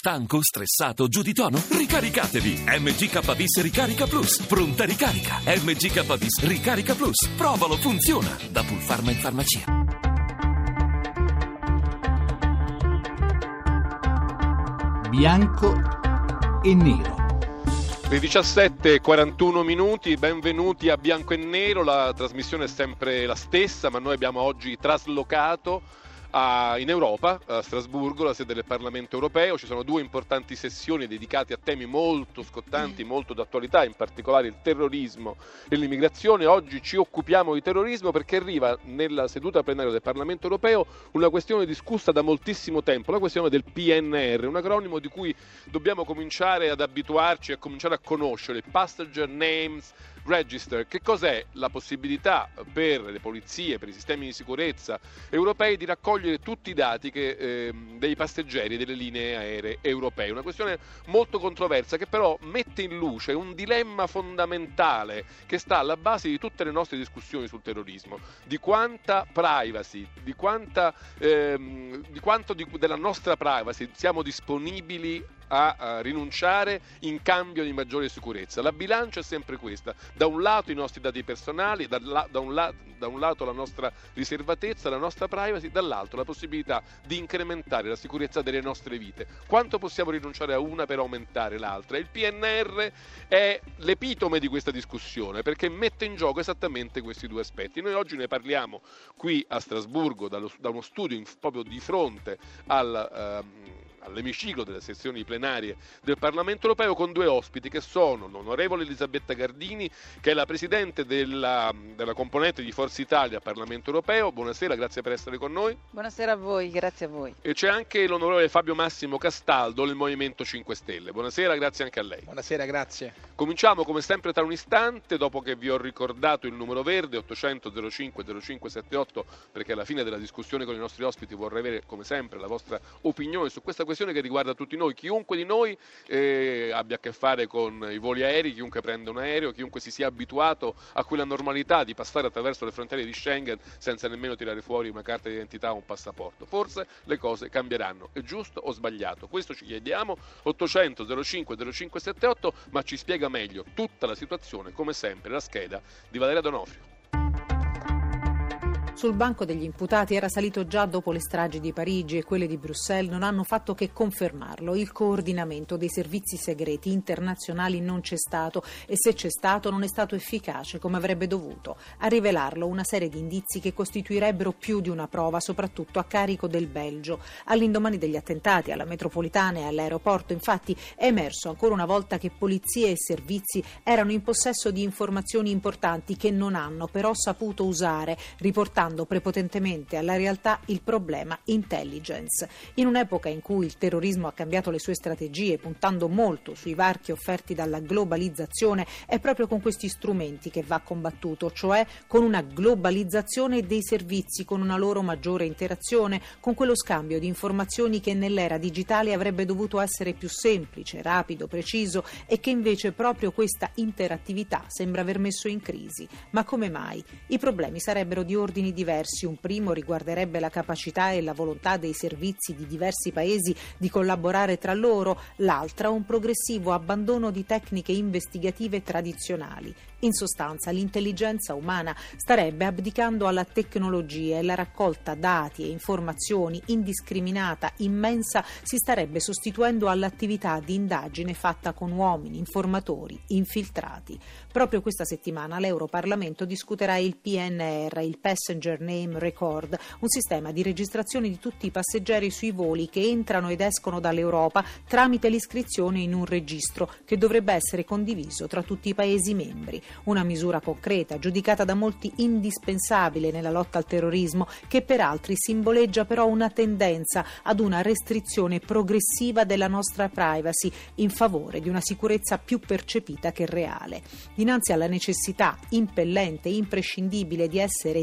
Stanco, stressato, giù di tono? Ricaricatevi! MGKBIS Ricarica Plus. Pronta ricarica. MGKBIS Ricarica Plus. Provalo, funziona. Da Pulpharma in farmacia. Bianco e nero. Le 17:41 minuti, benvenuti a Bianco e Nero. La trasmissione è sempre la stessa, ma noi abbiamo oggi traslocato in Europa, a Strasburgo, la sede del Parlamento europeo. Ci sono due importanti sessioni dedicate a temi molto scottanti, molto d'attualità, in particolare il terrorismo e l'immigrazione. Oggi ci occupiamo di terrorismo perché arriva nella seduta plenaria del Parlamento europeo una questione discussa da moltissimo tempo, la questione del PNR, un acronimo di cui dobbiamo cominciare ad abituarci e cominciare a conoscere, il Passenger Names Register. Che cos'è? La possibilità per le polizie, per i sistemi di sicurezza europei di raccogliere tutti i dati dei passeggeri delle linee aeree europee. Una questione molto controversa che però mette in luce un dilemma fondamentale che sta alla base di tutte le nostre discussioni sul terrorismo: di quanta privacy, di quanto della nostra privacy siamo disponibili a rinunciare in cambio di maggiore sicurezza. La bilancia è sempre questa: da un lato i nostri dati personali, da un lato la nostra riservatezza, la nostra privacy, dall'altro la possibilità di incrementare la sicurezza delle nostre vite. Quanto possiamo rinunciare a una per aumentare l'altra? Il PNR è l'epitome di questa discussione perché mette in gioco esattamente questi due aspetti. Noi oggi ne parliamo qui a Strasburgo da uno studio proprio di fronte all'emiciclo delle sessioni plenarie del Parlamento europeo, con due ospiti che sono l'onorevole Elisabetta Gardini, che è la presidente della componente di Forza Italia al Parlamento europeo. Buonasera, grazie per essere con noi. Buonasera a voi, grazie a voi. E c'è anche l'onorevole Fabio Massimo Castaldo del Movimento 5 Stelle. Buonasera, grazie anche a lei. Buonasera, grazie. Cominciamo come sempre tra un istante, dopo che vi ho ricordato il numero verde 800 05 0578, perché alla fine della discussione con i nostri ospiti vorrei avere come sempre la vostra opinione su questa questione che riguarda tutti noi. Chiunque di noi abbia a che fare con i voli aerei, chiunque prenda un aereo, chiunque si sia abituato a quella normalità di passare attraverso le frontiere di Schengen senza nemmeno tirare fuori una carta di identità o un passaporto. Forse le cose cambieranno. È giusto o sbagliato? Questo ci chiediamo. 800 05 0578, ma ci spiega meglio tutta la situazione, come sempre, la scheda di Valeria Donofrio. Sul banco degli imputati era salito già dopo le stragi di Parigi e quelle di Bruxelles non hanno fatto che confermarlo. Il coordinamento dei servizi segreti internazionali non c'è stato e se c'è stato non è stato efficace come avrebbe dovuto. A rivelarlo una serie di indizi che costituirebbero più di una prova, soprattutto a carico del Belgio. All'indomani degli attentati alla metropolitana e all'aeroporto, infatti, è emerso ancora una volta che polizie e servizi erano in possesso di informazioni importanti che non hanno però saputo usare, riportando prepotentemente alla realtà il problema intelligence. In un'epoca in cui il terrorismo ha cambiato le sue strategie, puntando molto sui varchi offerti dalla globalizzazione, è proprio con questi strumenti che va combattuto, cioè con una globalizzazione dei servizi, con una loro maggiore interazione, con quello scambio di informazioni che nell'era digitale avrebbe dovuto essere più semplice, rapido, preciso e che invece proprio questa interattività sembra aver messo in crisi. Ma come mai? I problemi sarebbero di ordini diversi. Un primo riguarderebbe la capacità e la volontà dei servizi di diversi paesi di collaborare tra loro, l'altra un progressivo abbandono di tecniche investigative tradizionali. In sostanza, l'intelligenza umana starebbe abdicando alla tecnologia e la raccolta dati e informazioni indiscriminata, immensa, si starebbe sostituendo all'attività di indagine fatta con uomini, informatori, infiltrati. Proprio questa settimana l'Europarlamento discuterà il PNR, il Passenger Name Record, un sistema di registrazione di tutti i passeggeri sui voli che entrano ed escono dall'Europa tramite l'iscrizione in un registro che dovrebbe essere condiviso tra tutti i Paesi membri. Una misura concreta, giudicata da molti indispensabile nella lotta al terrorismo, che per altri simboleggia però una tendenza ad una restrizione progressiva della nostra privacy in favore di una sicurezza più percepita che reale. Dinanzi alla necessità impellente e imprescindibile di essere dissentiti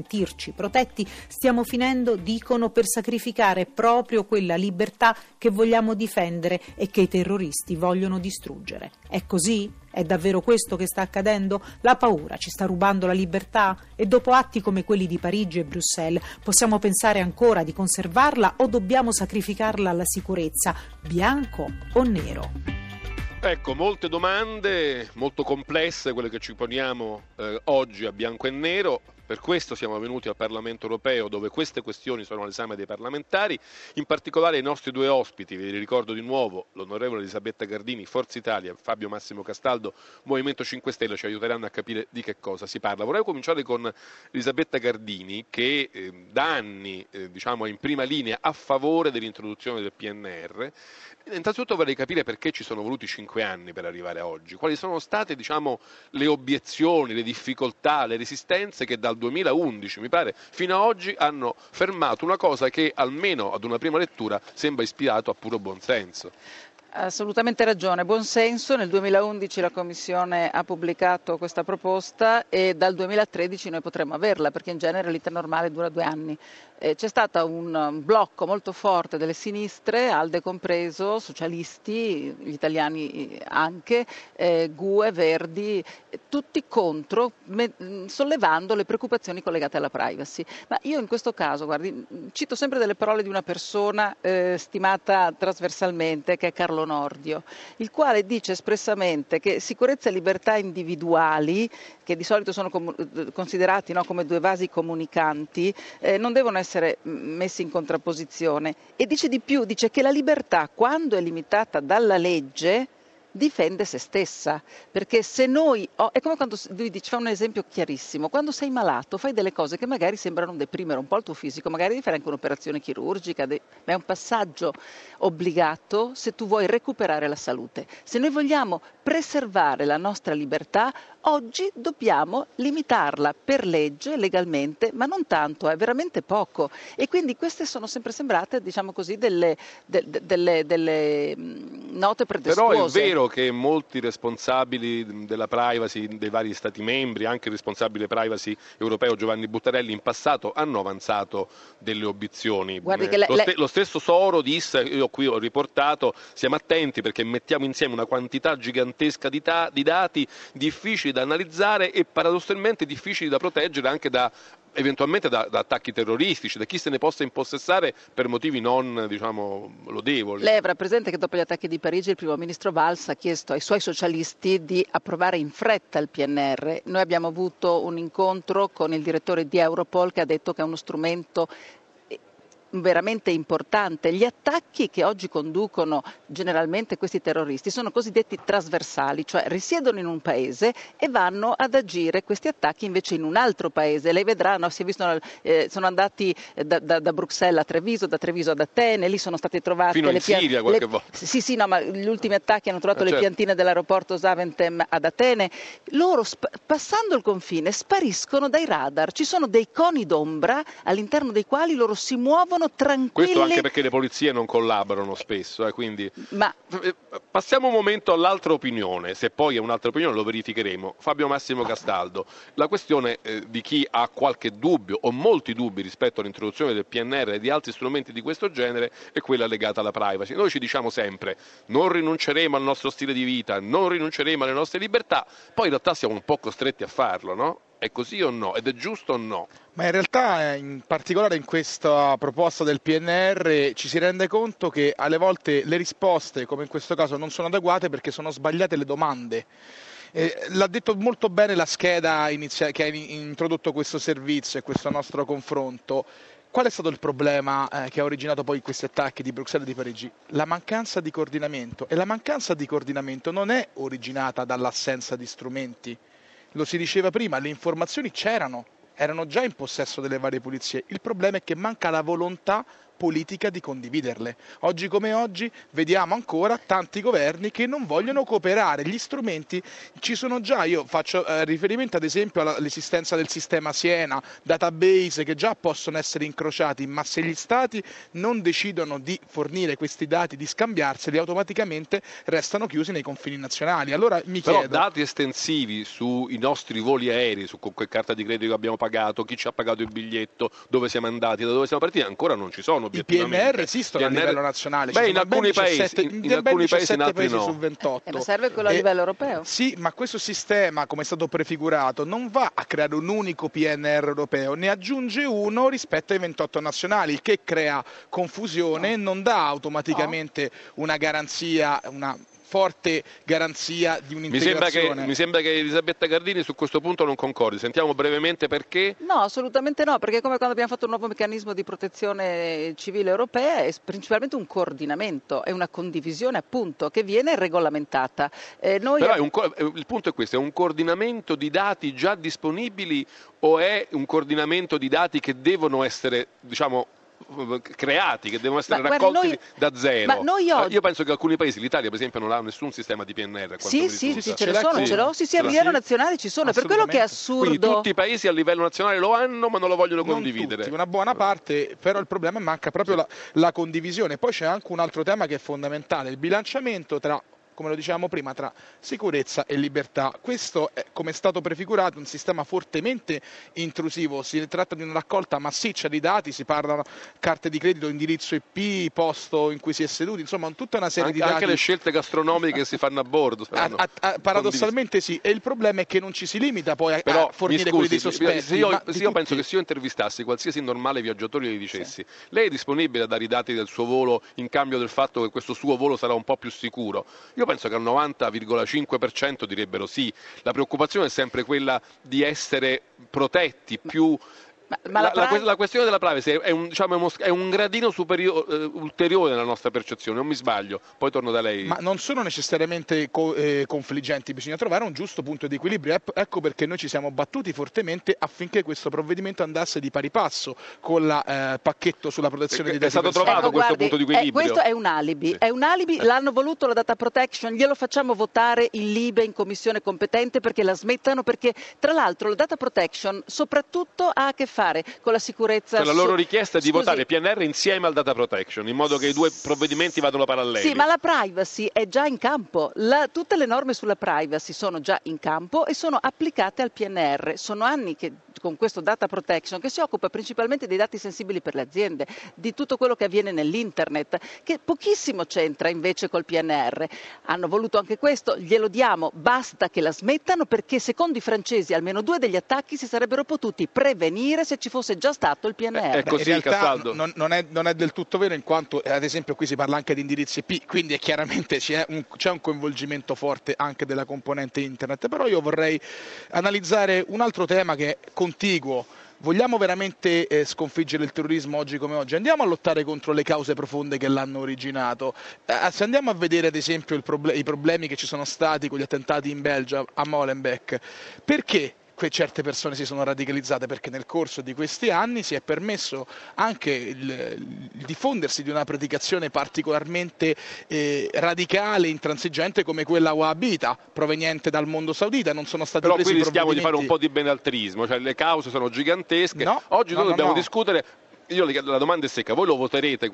sentirci protetti, stiamo finendo, dicono, per sacrificare proprio quella libertà che vogliamo difendere e che i terroristi vogliono distruggere. È così? È davvero questo che sta accadendo? La paura ci sta rubando la libertà? E dopo atti come quelli di Parigi e Bruxelles, possiamo pensare ancora di conservarla o dobbiamo sacrificarla alla sicurezza? Bianco o nero? Ecco, molte domande molto complesse, quelle che ci poniamo oggi a bianco e nero. Per questo siamo venuti al Parlamento europeo, dove queste questioni sono all'esame dei parlamentari, in particolare i nostri due ospiti, vi ricordo di nuovo l'onorevole Elisabetta Gardini, Forza Italia, Fabio Massimo Castaldo, Movimento 5 Stelle, ci aiuteranno a capire di che cosa si parla. Vorrei cominciare con Elisabetta Gardini, che da anni è in prima linea a favore dell'introduzione del PNR. Innanzitutto vorrei capire perché ci sono voluti 5 anni per arrivare a oggi, quali sono state le obiezioni, le difficoltà, le resistenze che dal 2011, mi pare, fino a oggi hanno fermato una cosa che almeno ad una prima lettura sembra ispirato a puro buonsenso. Assolutamente ragione, buon senso. Nel 2011 la Commissione ha pubblicato questa proposta e dal 2013 noi potremo averla, perché in genere l'iter normale dura 2 anni. C'è stato un blocco molto forte delle sinistre, ALDE compreso, socialisti, gli italiani anche, GUE, Verdi, tutti contro, sollevando le preoccupazioni collegate alla privacy. Ma io in questo caso, guardi, cito sempre delle parole di una persona stimata trasversalmente, che è Carlo Nordio, il quale dice espressamente che sicurezza e libertà individuali, che di solito sono considerati come due vasi comunicanti, non devono essere messi in contrapposizione, e dice di più, dice che la libertà, quando è limitata dalla legge, difende se stessa, perché se noi, è come quando lui dice, fa un esempio chiarissimo, quando sei malato fai delle cose che magari sembrano deprimere un po' il tuo fisico, magari devi fare anche un'operazione chirurgica, ma è un passaggio obbligato se tu vuoi recuperare la salute. Se noi vogliamo preservare la nostra libertà, oggi dobbiamo limitarla per legge, legalmente, ma non tanto, è veramente poco. E quindi queste sono sempre sembrate, delle note pretestuose. Però è vero che molti responsabili della privacy dei vari Stati membri, anche il responsabile privacy europeo Giovanni Buttarelli, in passato hanno avanzato delle obiezioni. Lo stesso Soro disse, io qui ho riportato, siamo attenti perché mettiamo insieme una quantità gigantesca di dati difficili da analizzare e paradossalmente difficili da proteggere anche eventualmente da attacchi terroristici, da chi se ne possa impossessare per motivi non, lodevoli. Lei avrà presente che dopo gli attacchi di Parigi il primo ministro Valls ha chiesto ai suoi socialisti di approvare in fretta il PNR. Noi abbiamo avuto un incontro con il direttore di Europol che ha detto che è uno strumento veramente importante. Gli attacchi che oggi conducono generalmente questi terroristi sono cosiddetti trasversali, cioè risiedono in un paese e vanno ad agire questi attacchi invece in un altro paese. Lei vedrà, si è visto, sono andati da Bruxelles a Treviso, da Treviso ad Atene, lì sono state trovate fino in Siria qualche volta. Ma gli ultimi attacchi hanno trovato le piantine dell'aeroporto Zaventem ad Atene. Loro passando il confine spariscono dai radar, ci sono dei coni d'ombra all'interno dei quali loro si muovono tranquilli. Questo anche perché le polizie non collaborano spesso, quindi. Passiamo un momento all'altra opinione, se poi è un'altra opinione lo verificheremo. Fabio Massimo Castaldo, la questione di chi ha qualche dubbio o molti dubbi rispetto all'introduzione del PNR e di altri strumenti di questo genere è quella legata alla privacy. Noi ci diciamo sempre non rinunceremo al nostro stile di vita, non rinunceremo alle nostre libertà, poi in realtà siamo un po' costretti a farlo, no? È così o no? Ed è giusto o no? Ma in realtà, in particolare in questa proposta del PNR, ci si rende conto che alle volte le risposte, come in questo caso, non sono adeguate perché sono sbagliate le domande. L'ha detto molto bene la scheda che ha introdotto questo servizio e questo nostro confronto. Qual è stato il problema che ha originato poi questi attacchi di Bruxelles e di Parigi? La mancanza di coordinamento. E la mancanza di coordinamento non è originata dall'assenza di strumenti. Lo si diceva prima, le informazioni c'erano, erano già in possesso delle varie polizie. Il problema è che manca la volontà politica di condividerle. Oggi come oggi vediamo ancora tanti governi che non vogliono cooperare, gli strumenti ci sono già, io faccio riferimento ad esempio all'esistenza del sistema Siena, database che già possono essere incrociati, ma se gli stati non decidono di fornire questi dati, di scambiarseli, automaticamente restano chiusi nei confini nazionali. Allora mi chiedo... Però dati estensivi sui nostri voli aerei, su qualche carta di credito che abbiamo pagato, chi ci ha pagato il biglietto, dove siamo andati, da dove siamo partiti, ancora non ci sono obiettivamente. I PNR esistono a livello nazionale. Beh, in alcuni paesi, in altri no. Su 28. Ma serve quello a livello europeo? Sì, ma questo sistema, come è stato prefigurato, non va a creare un unico PNR europeo, ne aggiunge uno rispetto ai 28 nazionali, il che crea confusione e non dà automaticamente una garanzia, una forte garanzia di un'integrazione. Mi sembra che Elisabetta Gardini su questo punto non concordi. Sentiamo brevemente perché. No, assolutamente no, perché come quando abbiamo fatto un nuovo meccanismo di protezione civile europea è principalmente un coordinamento, è una condivisione appunto che viene regolamentata. Però il punto è questo, è un coordinamento di dati già disponibili o è un coordinamento di dati che devono essere, diciamo, creati, che devono essere raccolti da zero? Io penso che alcuni paesi, l'Italia per esempio non ha nessun sistema di PNR. Sì, ce ne sono, a livello nazionale ci sono, per quello che è assurdo. Quindi tutti i paesi a livello nazionale lo hanno ma non lo vogliono condividere. Tutti, una buona parte, però il problema è manca proprio la condivisione. Poi c'è anche un altro tema che è fondamentale, il bilanciamento tra, come lo dicevamo prima, tra sicurezza e libertà. Questo è, come è stato prefigurato, un sistema fortemente intrusivo. Si tratta di una raccolta massiccia di dati, si parlano carte di credito, indirizzo IP, posto in cui si è seduti, insomma tutta una serie di dati. Anche le scelte gastronomiche che si fanno a bordo. Paradossalmente sì, e il problema è che non ci si limita poi a fornire quelli dei sospetti. Io penso che se io intervistassi qualsiasi normale viaggiatore e gli dicessi lei è disponibile a dare i dati del suo volo in cambio del fatto che questo suo volo sarà un po' più sicuro? Io penso che al 90,5% direbbero sì. La preoccupazione è sempre quella di essere protetti più. La questione della privacy è un gradino ulteriore nella nostra percezione, non mi sbaglio, poi torno da lei. Ma non sono necessariamente confliggenti, bisogna trovare un giusto punto di equilibrio, ecco perché noi ci siamo battuti fortemente affinché questo provvedimento andasse di pari passo con il pacchetto sulla protezione dei dati. È stato trovato questo punto di equilibrio? Questo è un alibi, l'hanno voluto la data protection, glielo facciamo votare in Libe, in commissione competente perché la smettano, perché tra l'altro la data protection soprattutto ha a che fare con la sicurezza. La loro richiesta è di votare PNR insieme al data protection, in modo che i due provvedimenti vadano paralleli. Sì, ma la privacy è già in campo. Tutte le norme sulla privacy sono già in campo e sono applicate al PNR. Sono anni che con questo data protection, che si occupa principalmente dei dati sensibili per le aziende, di tutto quello che avviene nell'internet, che pochissimo c'entra invece col PNR. Hanno voluto anche questo, glielo diamo, basta che la smettano, perché secondo i francesi almeno 2 degli attacchi si sarebbero potuti prevenire se ci fosse già stato il PNR. È così, in realtà Castaldo. Non è del tutto vero, in quanto ad esempio qui si parla anche di indirizzi IP, quindi è chiaramente c'è un coinvolgimento forte anche della componente internet. Però io vorrei analizzare un altro tema che è contiguo. Vogliamo veramente sconfiggere il terrorismo oggi come oggi? Andiamo a lottare contro le cause profonde che l'hanno originato. Se andiamo a vedere ad esempio i problemi che ci sono stati con gli attentati in Belgio a Molenbeek, perché certe persone si sono radicalizzate? Perché nel corso di questi anni si è permesso anche il diffondersi di una predicazione particolarmente radicale, intransigente, come quella wahhabita, proveniente dal mondo saudita. Non sono stati presi qui rischiamo di fare un po' di benaltrismo, cioè le cause sono gigantesche. Oggi noi dobbiamo discutere. La domanda è secca, voi lo voterete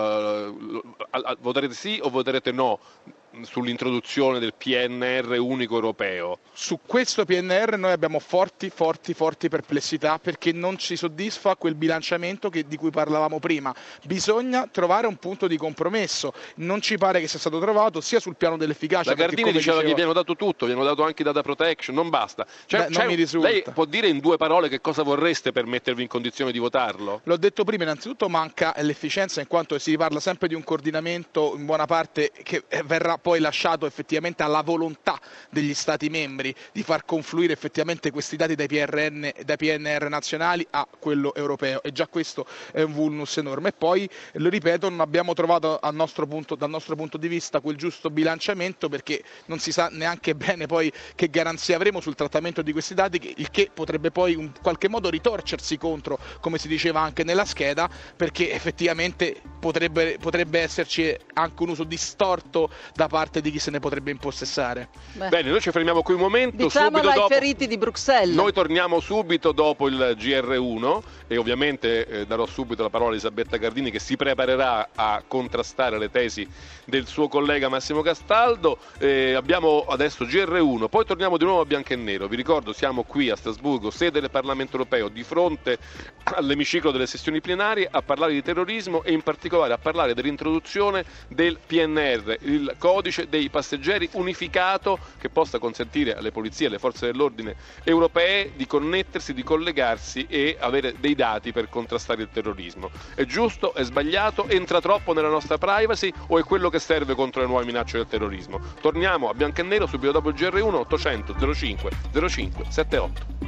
voterete sì o voterete no sull'introduzione del PNR unico europeo? Su questo PNR noi abbiamo forti perplessità, perché non ci soddisfa quel bilanciamento di cui parlavamo prima. Bisogna trovare un punto di compromesso, non ci pare che sia stato trovato sia sul piano dell'efficacia. La Gardini diceva che vi hanno dato tutto, vi hanno dato anche data protection, non basta. Non mi risulta. Lei può dire in 2 parole che cosa vorreste per mettervi in condizione di votarlo? L'ho detto prima, innanzitutto manca l'efficienza, in quanto si parla sempre di un coordinamento in buona parte che verrà poi lasciato effettivamente alla volontà degli Stati membri di far confluire effettivamente questi dati dai PNR nazionali a quello europeo, e già questo è un vulnus enorme. E poi, lo ripeto, non abbiamo trovato dal nostro punto di vista quel giusto bilanciamento, perché non si sa neanche bene poi che garanzia avremo sul trattamento di questi dati, il che potrebbe poi in qualche modo ritorcersi contro, come si diceva anche nella scheda, perché effettivamente potrebbe esserci anche un uso distorto da parte di chi se ne potrebbe impossessare. Bene, noi ci fermiamo qui un momento. Diciamolo ai dopo, feriti di Bruxelles. Noi torniamo subito dopo il GR1 e ovviamente darò subito la parola a Elisabetta Gardini, che si preparerà a contrastare le tesi del suo collega Massimo Castaldo. Abbiamo adesso GR1, poi torniamo di nuovo a Bianco e Nero. Vi ricordo, siamo qui a Strasburgo, sede del Parlamento Europeo, di fronte all'emiciclo delle sessioni plenarie, a parlare di terrorismo e in particolare a parlare dell'introduzione del PNR, il codice dei passeggeri unificato, che possa consentire alle polizie e alle forze dell'ordine europee di connettersi, di collegarsi e avere dei dati per contrastare il terrorismo. È giusto? È sbagliato? Entra troppo nella nostra privacy o è quello che serve contro le nuove minacce del terrorismo? Torniamo a Bianco e Nero subito dopo il GR1. 800 05 05 78.